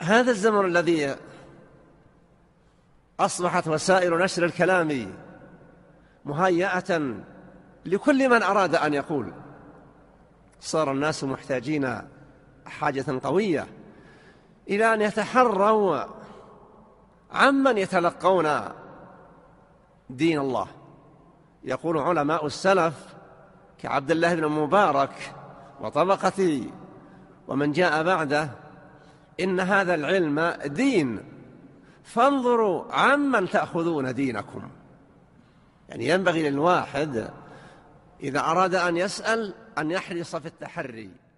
هذا الزمن الذي أصبحت وسائل نشر الكلام مهيئة لكل من أراد أن يقول، صار الناس محتاجين حاجة قوية إلى أن يتحروا عمن يتلقون دين الله. يقول علماء السلف كعبد الله بن مبارك وطبقته ومن جاء بعده: إن هذا العلم دين، فانظروا عمن تأخذون دينكم. يعني ينبغي للواحد إذا أراد أن يسأل أن يحرص في التحري.